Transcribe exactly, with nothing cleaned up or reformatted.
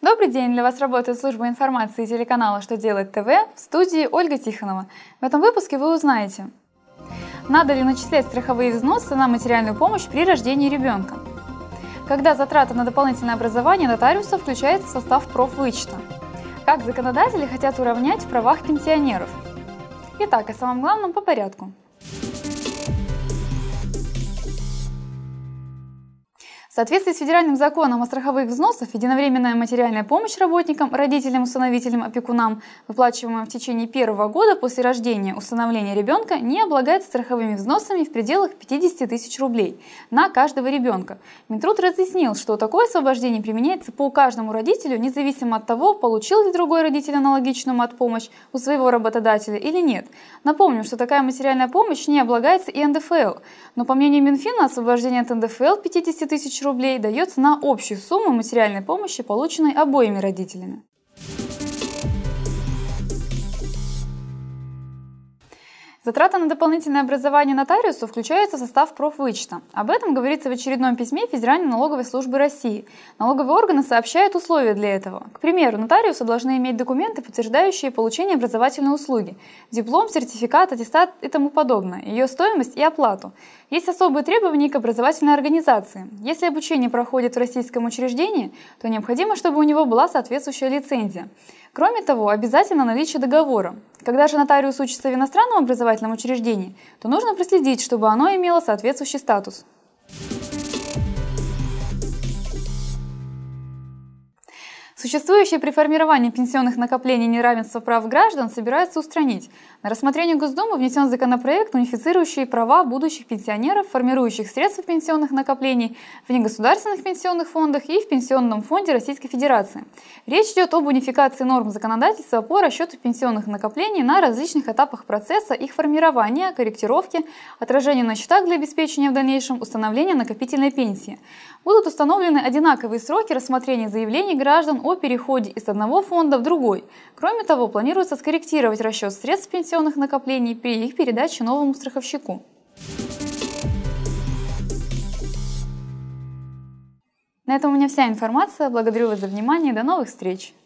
Добрый день! Для вас работает служба информации телеканала «Что делать ТВ», в студии Ольга Тихонова. В этом выпуске вы узнаете: надо ли начислять страховые взносы на материальную помощь при рождении ребенка? Когда затраты на дополнительное образование нотариуса включается в состав профвычета? Как законодатели хотят уравнять в правах пенсионеров? Итак, о самом главном по порядку. В соответствии с федеральным законом о страховых взносах, единовременная материальная помощь работникам, родителям, усыновителям, опекунам, выплачиваемая в течение первого года после рождения усыновления ребенка, не облагается страховыми взносами в пределах пятидесяти тысяч рублей на каждого ребенка. Минтруд разъяснил, что такое освобождение применяется по каждому родителю, независимо от того, получил ли другой родитель аналогичную матпомощь у своего работодателя или нет. Напомню, что такая материальная помощь не облагается и эн дэ эф эл, но по мнению Минфина освобождение от эн дэ эф эл пятидесяти тысяч рублей дается на общую сумму материальной помощи, полученной обоими родителями. Затраты на дополнительное образование нотариуса включаются в состав профвычета. Об этом говорится в очередном письме Федеральной налоговой службы России. Налоговые органы сообщают условия для этого. К примеру, нотариусы должны иметь документы, подтверждающие получение образовательной услуги, диплом, сертификат, аттестат и тому подобное, ее стоимость и оплату. Есть особые требования к образовательной организации. Если обучение проходит в российском учреждении, то необходимо, чтобы у него была соответствующая лицензия. Кроме того, обязательно наличие договора. Когда же нотариус учится в иностранном образовательном учреждении, то нужно проследить, чтобы оно имело соответствующий статус. Существующее при формировании пенсионных накоплений неравенство прав граждан собираются устранить. На рассмотрение Госдумы внесен законопроект, унифицирующий права будущих пенсионеров, формирующих средства пенсионных накоплений в негосударственных пенсионных фондах и в Пенсионном фонде Российской Федерации. Речь идет об унификации норм законодательства по расчету пенсионных накоплений на различных этапах процесса их формирования, корректировки, отражения на счетах для обеспечения в дальнейшем установления накопительной пенсии. Будут установлены одинаковые сроки рассмотрения заявлений граждан о переходе из одного фонда в другой. Кроме того, планируется скорректировать расчет средств пенсионных накоплений при их передаче новому страховщику. На этом у меня вся информация. Благодарю вас за внимание. До новых встреч!